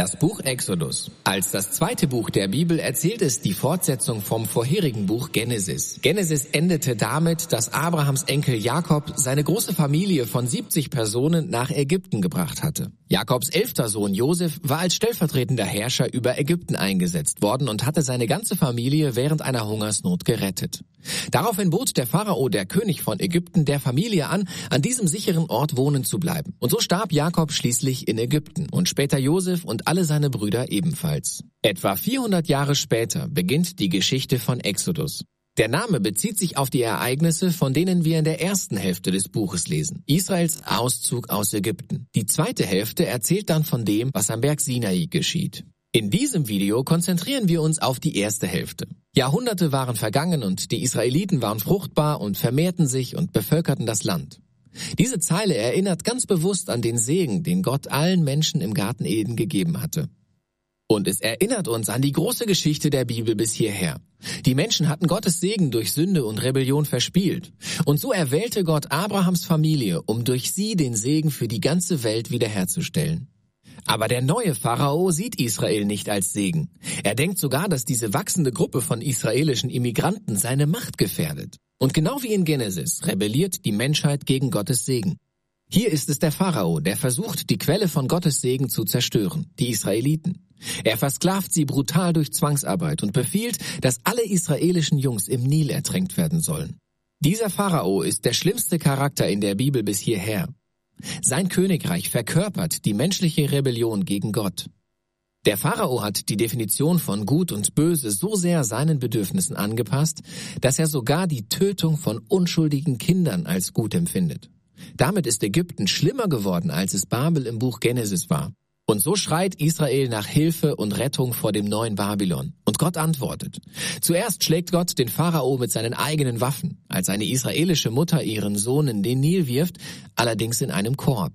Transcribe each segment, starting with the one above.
Das Buch Exodus. Als das zweite Buch der Bibel erzählt es die Fortsetzung vom vorherigen Buch Genesis. Genesis endete damit, dass Abrahams Enkel Jakob seine große Familie von 70 Personen nach Ägypten gebracht hatte. Jakobs 11. Sohn Josef war als stellvertretender Herrscher über Ägypten eingesetzt worden und hatte seine ganze Familie während einer Hungersnot gerettet. Daraufhin bot der Pharao, der König von Ägypten, der Familie an diesem sicheren Ort wohnen zu bleiben. Und so starb Jakob schließlich in Ägypten und später Josef und alle seine Brüder ebenfalls. Etwa 400 Jahre später beginnt die Geschichte von Exodus. Der Name bezieht sich auf die Ereignisse, von denen wir in der ersten Hälfte des Buches lesen. Israels Auszug aus Ägypten. Die zweite Hälfte erzählt dann von dem, was am Berg Sinai geschieht. In diesem Video konzentrieren wir uns auf die erste Hälfte. Jahrhunderte waren vergangen und die Israeliten waren fruchtbar und vermehrten sich und bevölkerten das Land. Diese Zeile erinnert ganz bewusst an den Segen, den Gott allen Menschen im Garten Eden gegeben hatte. Und es erinnert uns an die große Geschichte der Bibel bis hierher. Die Menschen hatten Gottes Segen durch Sünde und Rebellion verspielt. Und so erwählte Gott Abrahams Familie, um durch sie den Segen für die ganze Welt wiederherzustellen. Aber der neue Pharao sieht Israel nicht als Segen. Er denkt sogar, dass diese wachsende Gruppe von israelischen Immigranten seine Macht gefährdet. Und genau wie in Genesis rebelliert die Menschheit gegen Gottes Segen. Hier ist es der Pharao, der versucht, die Quelle von Gottes Segen zu zerstören, die Israeliten. Er versklavt sie brutal durch Zwangsarbeit und befiehlt, dass alle israelischen Jungs im Nil ertränkt werden sollen. Dieser Pharao ist der schlimmste Charakter in der Bibel bis hierher. Sein Königreich verkörpert die menschliche Rebellion gegen Gott. Der Pharao hat die Definition von Gut und Böse so sehr seinen Bedürfnissen angepasst, dass er sogar die Tötung von unschuldigen Kindern als gut empfindet. Damit ist Ägypten schlimmer geworden, als es Babel im Buch Genesis war. Und so schreit Israel nach Hilfe und Rettung vor dem neuen Babylon. Und Gott antwortet. Zuerst schlägt Gott den Pharao mit seinen eigenen Waffen, als eine israelische Mutter ihren Sohn in den Nil wirft, allerdings in einem Korb.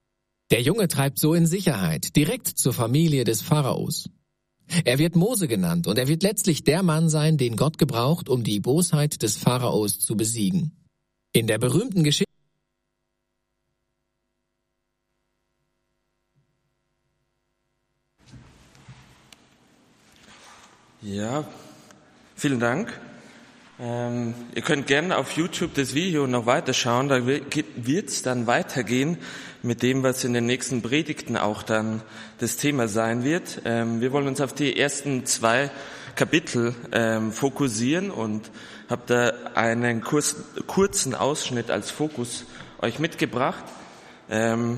Der Junge treibt so in Sicherheit, direkt zur Familie des Pharaos. Er wird Mose genannt und er wird letztlich der Mann sein, den Gott gebraucht, um die Bosheit des Pharaos zu besiegen. In der berühmten Geschichte Ja, vielen Dank. Ihr könnt gerne auf YouTube das Video noch weiterschauen, da wird es dann weitergehen mit dem, was in den nächsten Predigten auch dann das Thema sein wird. Wir wollen uns auf die ersten 2 Kapitel fokussieren und habe da einen kurzen Ausschnitt als Fokus euch mitgebracht. Der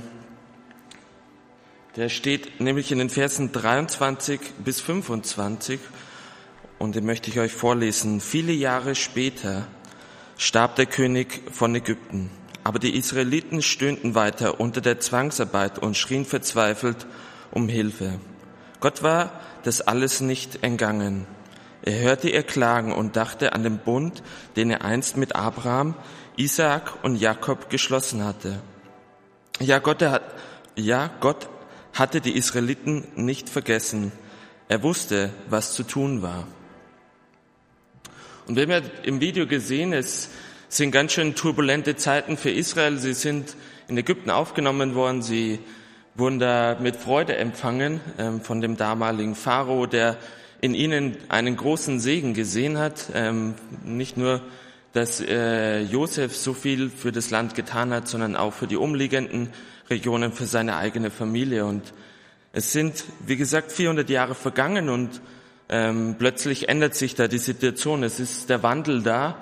steht nämlich in den Versen 23 bis 25. Und den möchte ich euch vorlesen. Viele Jahre später starb der König von Ägypten. Aber die Israeliten stöhnten weiter unter der Zwangsarbeit und schrien verzweifelt um Hilfe. Gott war das alles nicht entgangen. Er hörte ihr Klagen und dachte an den Bund, den er einst mit Abraham, Isaak und Jakob geschlossen hatte. Gott hatte die Israeliten nicht vergessen. Er wusste, was zu tun war. Und wir haben ja im Video gesehen, es sind ganz schön turbulente Zeiten für Israel. Sie sind in Ägypten aufgenommen worden. Sie wurden da mit Freude empfangen von dem damaligen Pharao, der in ihnen einen großen Segen gesehen hat. Nicht nur, dass Josef so viel für das Land getan hat, sondern auch für die umliegenden Regionen, für seine eigene Familie. Und es sind, wie gesagt, 400 Jahre vergangen und plötzlich ändert sich da die Situation. Es ist der Wandel da.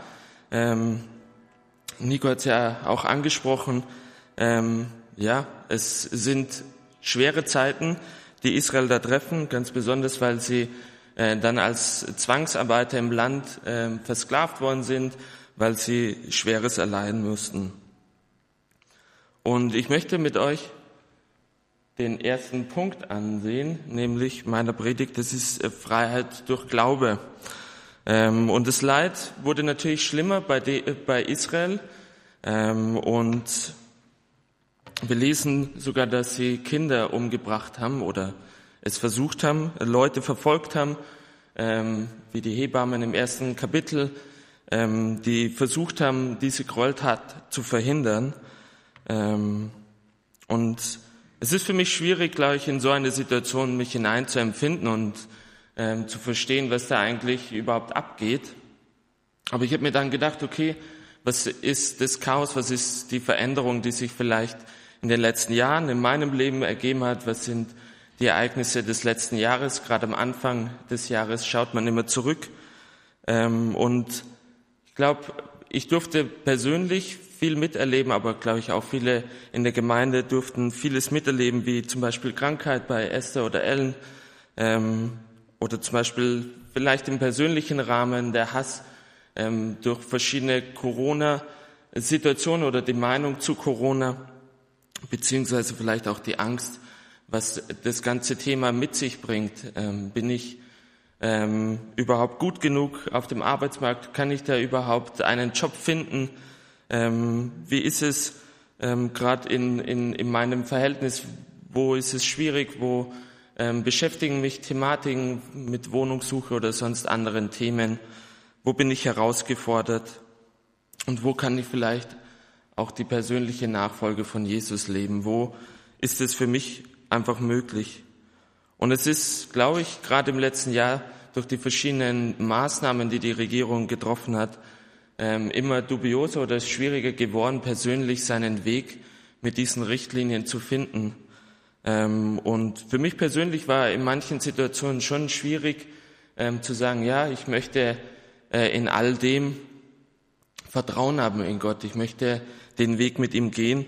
Nico hat es ja auch angesprochen. Es sind schwere Zeiten, die Israel da treffen, ganz besonders, weil sie dann als Zwangsarbeiter im Land versklavt worden sind, weil sie Schweres erleiden mussten. Und ich möchte mit euch den ersten Punkt ansehen, nämlich meiner Predigt, das ist Freiheit durch Glaube. Und das Leid wurde natürlich schlimmer bei Israel. Und wir lesen sogar, dass sie Kinder umgebracht haben oder es versucht haben, Leute verfolgt haben, wie die Hebammen im ersten Kapitel, die versucht haben, diese Gräueltat zu verhindern. Und Es ist für mich schwierig, gleich in so eine Situation mich hineinzuempfinden und zu verstehen, was da eigentlich überhaupt abgeht. Aber ich habe mir dann gedacht, okay, was ist das Chaos, was ist die Veränderung, die sich vielleicht in den letzten Jahren in meinem Leben ergeben hat, was sind die Ereignisse des letzten Jahres, gerade am Anfang des Jahres schaut man immer zurück. Und ich glaube, ich durfte persönlich viel miterleben, aber glaube ich auch viele in der Gemeinde durften vieles miterleben, wie zum Beispiel Krankheit bei Esther oder Ellen, oder zum Beispiel vielleicht im persönlichen Rahmen der Hass durch verschiedene Corona-Situationen oder die Meinung zu Corona, beziehungsweise vielleicht auch die Angst, was das ganze Thema mit sich bringt. Bin ich überhaupt gut genug auf dem Arbeitsmarkt? Kann ich da überhaupt einen Job finden? Wie ist es gerade in meinem Verhältnis? Wo ist es schwierig? Wo beschäftigen mich Thematiken mit Wohnungssuche oder sonst anderen Themen? Wo bin ich herausgefordert? Und wo kann ich vielleicht auch die persönliche Nachfolge von Jesus leben? Wo ist es für mich einfach möglich? Und es ist, glaube ich, gerade im letzten Jahr durch die verschiedenen Maßnahmen, die die Regierung getroffen hat, immer dubioser oder schwieriger geworden, persönlich seinen Weg mit diesen Richtlinien zu finden. Und für mich persönlich war in manchen Situationen schon schwierig zu sagen, ja, ich möchte in all dem Vertrauen haben in Gott. Ich möchte den Weg mit ihm gehen.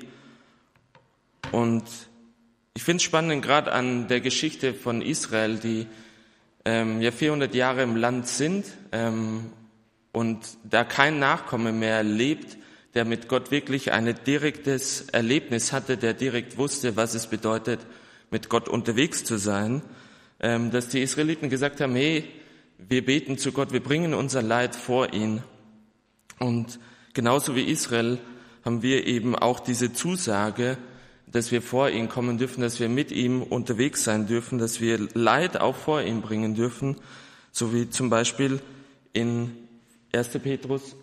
Und ich finde es spannend, gerade an der Geschichte von Israel, die ja 400 Jahre im Land sind und da kein Nachkomme mehr lebt, der mit Gott wirklich ein direktes Erlebnis hatte, der direkt wusste, was es bedeutet, mit Gott unterwegs zu sein, dass die Israeliten gesagt haben, hey, wir beten zu Gott, wir bringen unser Leid vor ihn. Und genauso wie Israel haben wir eben auch diese Zusage, dass wir vor ihn kommen dürfen, dass wir mit ihm unterwegs sein dürfen, dass wir Leid auch vor ihm bringen dürfen, so wie zum Beispiel in 1. Petrus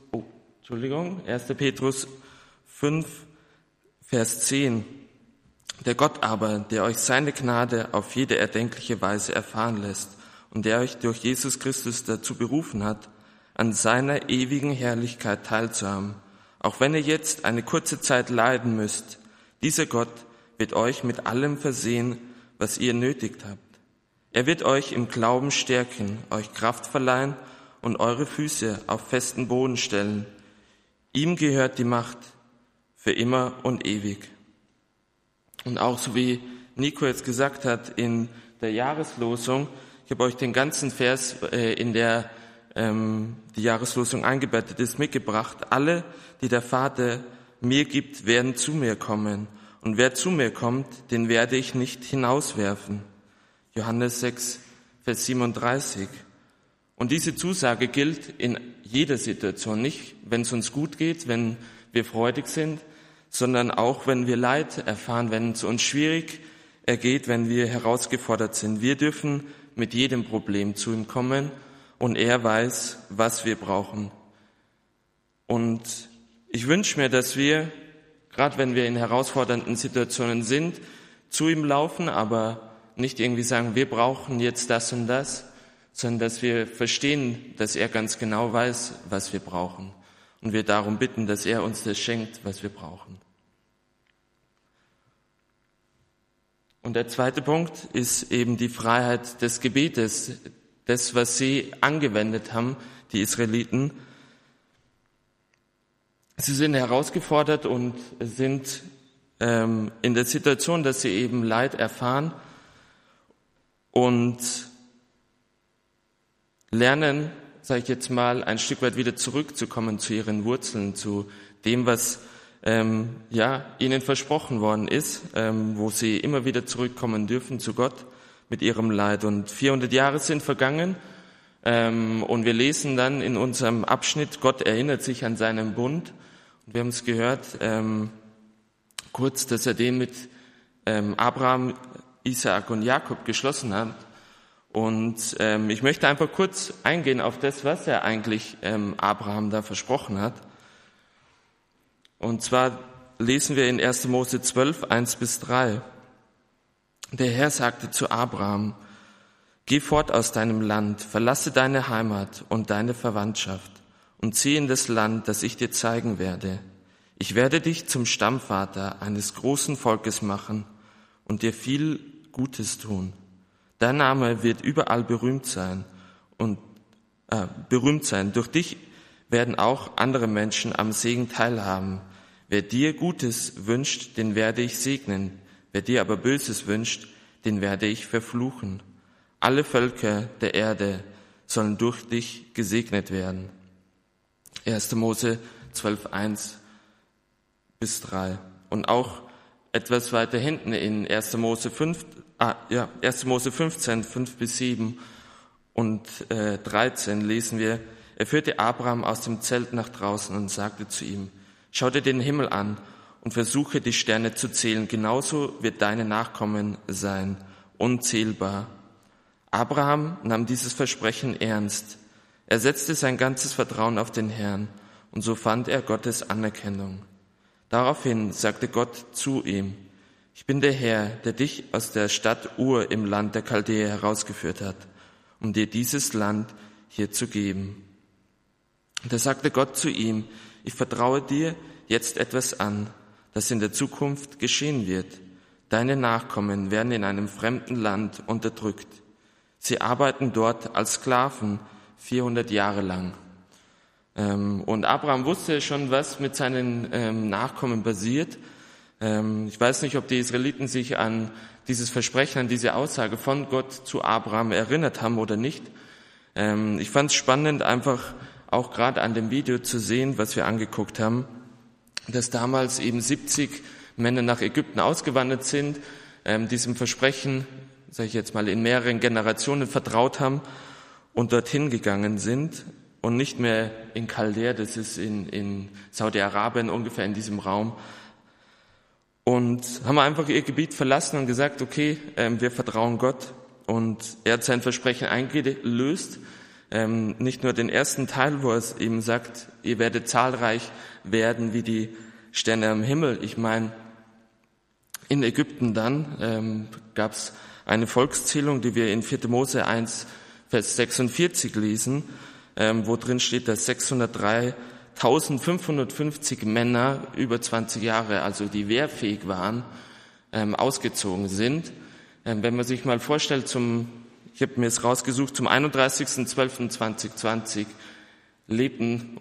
5, Vers 10. Der Gott aber, der euch seine Gnade auf jede erdenkliche Weise erfahren lässt und der euch durch Jesus Christus dazu berufen hat, an seiner ewigen Herrlichkeit teilzuhaben, auch wenn ihr jetzt eine kurze Zeit leiden müsst, dieser Gott wird euch mit allem versehen, was ihr nötigt habt. Er wird euch im Glauben stärken, euch Kraft verleihen und eure Füße auf festen Boden stellen. Ihm gehört die Macht für immer und ewig. Und auch so wie Nico jetzt gesagt hat in der Jahreslosung, ich habe euch den ganzen Vers, in der die Jahreslosung eingebettet ist, mitgebracht. Alle, die der Vater mir gibt, werden zu mir kommen. Und wer zu mir kommt, den werde ich nicht hinauswerfen. Johannes 6, Vers 37. Und diese Zusage gilt in jeder Situation, nicht wenn es uns gut geht, wenn wir freudig sind, sondern auch wenn wir Leid erfahren, wenn es uns schwierig ergeht, wenn wir herausgefordert sind. Wir dürfen mit jedem Problem zu ihm kommen und er weiß, was wir brauchen. Und ich wünsche mir, dass wir, gerade wenn wir in herausfordernden Situationen sind, zu ihm laufen, aber nicht irgendwie sagen, wir brauchen jetzt das und das, sondern dass wir verstehen, dass er ganz genau weiß, was wir brauchen. Und wir darum bitten, dass er uns das schenkt, was wir brauchen. Und der zweite Punkt ist eben die Freiheit des Gebetes. Das, was sie angewendet haben, die Israeliten. Sie sind herausgefordert und sind in der Situation, dass sie eben Leid erfahren und lernen, sage ich jetzt mal, ein Stück weit wieder zurückzukommen zu ihren Wurzeln, zu dem, was ihnen versprochen worden ist, wo sie immer wieder zurückkommen dürfen zu Gott mit ihrem Leid. Und 400 Jahre sind vergangen und wir lesen dann in unserem Abschnitt, Gott erinnert sich an seinen Bund. Und wir haben es gehört, kurz, dass er den mit Abraham, Isaak und Jakob geschlossen hat. Und ich möchte einfach kurz eingehen auf das, was er eigentlich Abraham da versprochen hat. Und zwar lesen wir in 1. Mose 12, 1-3. Der Herr sagte zu Abraham: Geh fort aus deinem Land, verlasse deine Heimat und deine Verwandtschaft und zieh in das Land, das ich dir zeigen werde. Ich werde dich zum Stammvater eines großen Volkes machen und dir viel Gutes tun. Dein Name wird überall berühmt sein. Durch dich werden auch andere Menschen am Segen teilhaben. Wer dir Gutes wünscht, den werde ich segnen. Wer dir aber Böses wünscht, den werde ich verfluchen. Alle Völker der Erde sollen durch dich gesegnet werden. 1. Mose 12,1-3. Und auch etwas weiter hinten in 1. Mose 15, 5-7 und 13 lesen wir: Er führte Abraham aus dem Zelt nach draußen und sagte zu ihm: Schau dir den Himmel an und versuche die Sterne zu zählen. Genauso wird deine Nachkommen sein, unzählbar. Abraham nahm dieses Versprechen ernst. Er setzte sein ganzes Vertrauen auf den Herrn und so fand er Gottes Anerkennung. Daraufhin sagte Gott zu ihm: Ich bin der Herr, der dich aus der Stadt Ur im Land der Chaldäer herausgeführt hat, um dir dieses Land hier zu geben. Und da sagte Gott zu ihm: Ich vertraue dir jetzt etwas an, das in der Zukunft geschehen wird. Deine Nachkommen werden in einem fremden Land unterdrückt. Sie arbeiten dort als Sklaven 400 Jahre lang. Und Abraham wusste schon, was mit seinen Nachkommen passiert. Ich weiß nicht, ob die Israeliten sich an dieses Versprechen, an diese Aussage von Gott zu Abraham erinnert haben oder nicht. Ich fand es spannend, einfach auch gerade an dem Video zu sehen, was wir angeguckt haben, dass damals eben 70 Männer nach Ägypten ausgewandert sind, diesem Versprechen, sage ich jetzt mal, in mehreren Generationen vertraut haben und dorthin gegangen sind und nicht mehr in Chaldea, das ist in Saudi-Arabien ungefähr in diesem Raum, und haben einfach ihr Gebiet verlassen und gesagt, okay, wir vertrauen Gott, und er hat sein Versprechen eingelöst. Nicht nur den ersten Teil, wo er es eben sagt, ihr werdet zahlreich werden wie die Sterne am Himmel. Ich meine, in Ägypten dann gab es eine Volkszählung, die wir in 4. Mose 1, Vers 46 lesen, wo drin steht, dass 603.550 Männer über 20 Jahre, also die wehrfähig waren, ausgezogen sind. Wenn man sich mal vorstellt, ich habe mir es rausgesucht, zum 31.12.2020 leben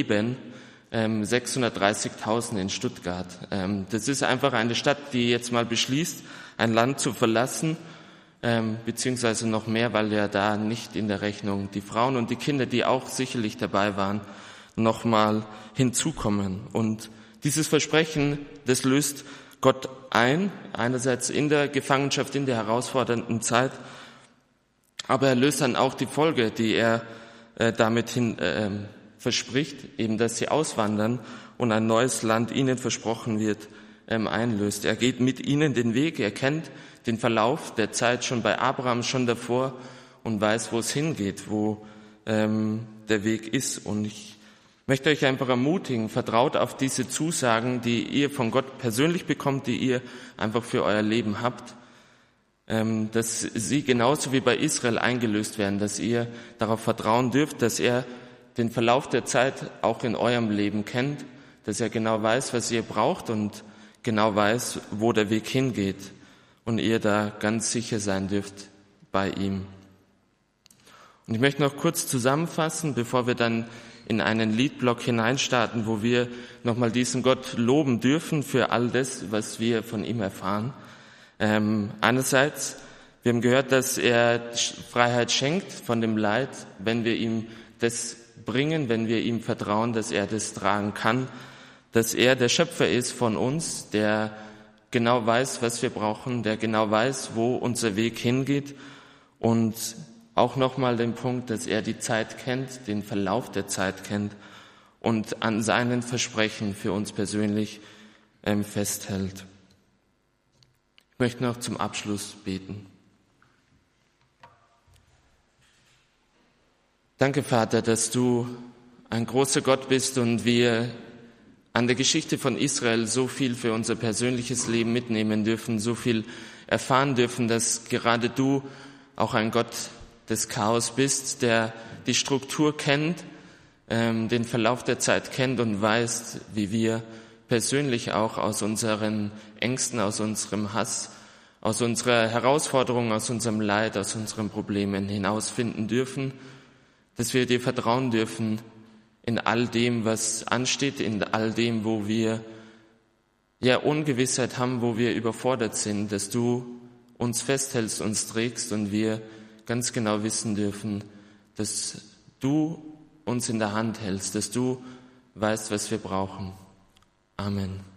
630.000 in Stuttgart. Das ist einfach eine Stadt, die jetzt mal beschließt, ein Land zu verlassen, beziehungsweise noch mehr, weil ja da nicht in der Rechnung die Frauen und die Kinder, die auch sicherlich dabei waren, nochmal hinzukommen. Und dieses Versprechen, das löst Gott ein, einerseits in der Gefangenschaft, in der herausfordernden Zeit, aber er löst dann auch die Folge, die er damit verspricht, eben, dass sie auswandern und ein neues Land ihnen versprochen wird, einlöst. Er geht mit ihnen den Weg, er kennt den Verlauf der Zeit schon bei Abraham, schon davor, und weiß, wo es hingeht, wo der Weg ist. Und ich möchte euch einfach ermutigen, vertraut auf diese Zusagen, die ihr von Gott persönlich bekommt, die ihr einfach für euer Leben habt, dass sie genauso wie bei Israel eingelöst werden, dass ihr darauf vertrauen dürft, dass er den Verlauf der Zeit auch in eurem Leben kennt, dass er genau weiß, was ihr braucht und genau weiß, wo der Weg hingeht, und ihr da ganz sicher sein dürft bei ihm. Und ich möchte noch kurz zusammenfassen, bevor wir dann in einen Liedblock hineinstarten, wo wir nochmal diesen Gott loben dürfen für all das, was wir von ihm erfahren. Einerseits, wir haben gehört, dass er Freiheit schenkt von dem Leid, wenn wir ihm das bringen, wenn wir ihm vertrauen, dass er das tragen kann, dass er der Schöpfer ist von uns, der genau weiß, was wir brauchen, der genau weiß, wo unser Weg hingeht, und auch nochmal den Punkt, dass er die Zeit kennt, den Verlauf der Zeit kennt und an seinen Versprechen für uns persönlich festhält. Ich möchte noch zum Abschluss beten. Danke, Vater, dass du ein großer Gott bist und wir an der Geschichte von Israel so viel für unser persönliches Leben mitnehmen dürfen, so viel erfahren dürfen, dass gerade du auch ein Gott des Chaos bist, der die Struktur kennt, den Verlauf der Zeit kennt und weiß, wie wir persönlich auch aus unseren Ängsten, aus unserem Hass, aus unserer Herausforderung, aus unserem Leid, aus unseren Problemen hinausfinden dürfen, dass wir dir vertrauen dürfen in all dem, was ansteht, in all dem, wo wir Ungewissheit haben, wo wir überfordert sind, dass du uns festhältst, uns trägst und wir ganz genau wissen dürfen, dass du uns in der Hand hältst, dass du weißt, was wir brauchen. Amen.